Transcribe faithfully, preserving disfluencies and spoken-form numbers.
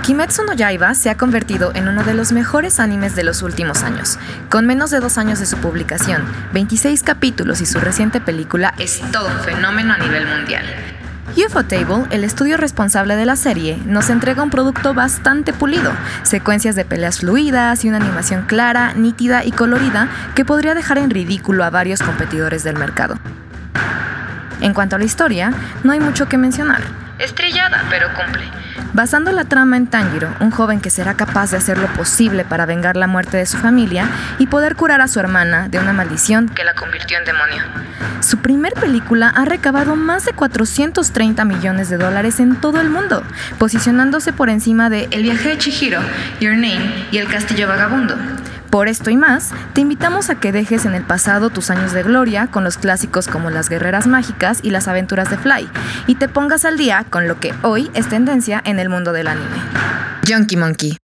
Kimetsu no Yaiba se ha convertido en uno de los mejores animes de los últimos años. Con menos de dos años de su publicación, veintiséis capítulos y su reciente película es todo un fenómeno a nivel mundial. Ufotable, el estudio responsable de la serie, nos entrega un producto bastante pulido, secuencias de peleas fluidas y una animación clara, nítida y colorida que podría dejar en ridículo a varios competidores del mercado. En cuanto a la historia, no hay mucho que mencionar. Es trillada, pero cumple. Basando la trama en Tanjiro, un joven que será capaz de hacer lo posible para vengar la muerte de su familia y poder curar a su hermana de una maldición que la convirtió en demonio. Su primer película ha recabado más de cuatrocientos treinta millones de dólares en todo el mundo, posicionándose por encima de El viaje de Chihiro, Your Name y El castillo vagabundo. Por esto y más, te invitamos a que dejes en el pasado tus años de gloria con los clásicos como Las guerreras mágicas y Las aventuras de Fly, y te pongas al día con lo que hoy es tendencia en el mundo del anime. Junkie Monkey.